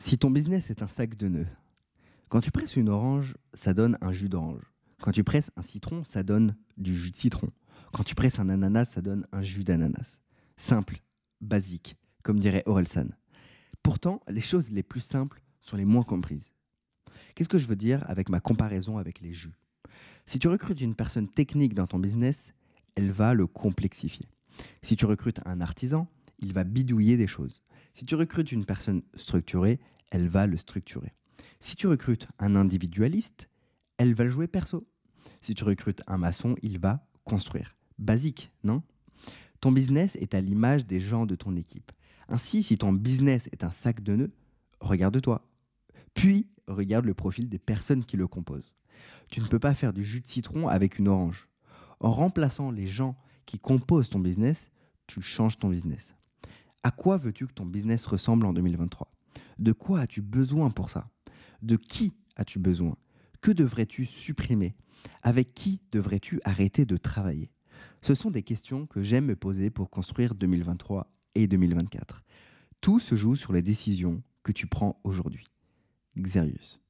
Si ton business est un sac de nœuds, quand tu presses une orange, ça donne un jus d'orange. Quand tu presses un citron, ça donne du jus de citron. Quand tu presses un ananas, ça donne un jus d'ananas. Simple, basique, comme dirait Orelsan. Pourtant, les choses les plus simples sont les moins comprises. Qu'est-ce que je veux dire avec ma comparaison avec les jus? Si tu recrutes une personne technique dans ton business, elle va le complexifier. Si tu recrutes un artisan, il va bidouiller des choses. Si tu recrutes une personne structurée, elle va le structurer. Si tu recrutes un individualiste, elle va le jouer perso. Si tu recrutes un maçon, il va construire. Basique, non? Ton business est à l'image des gens de ton équipe. Ainsi, si ton business est un sac de nœuds, regarde-toi. Puis, regarde le profil des personnes qui le composent. Tu ne peux pas faire du jus de citron avec une orange. En remplaçant les gens qui composent ton business, tu changes ton business. À quoi veux-tu que ton business ressemble en 2023? De quoi as-tu besoin pour ça? De qui as-tu besoin? Que devrais-tu supprimer? Avec qui devrais-tu arrêter de travailler? Ce sont des questions que j'aime me poser pour construire 2023 et 2024. Tout se joue sur les décisions que tu prends aujourd'hui. Xerius.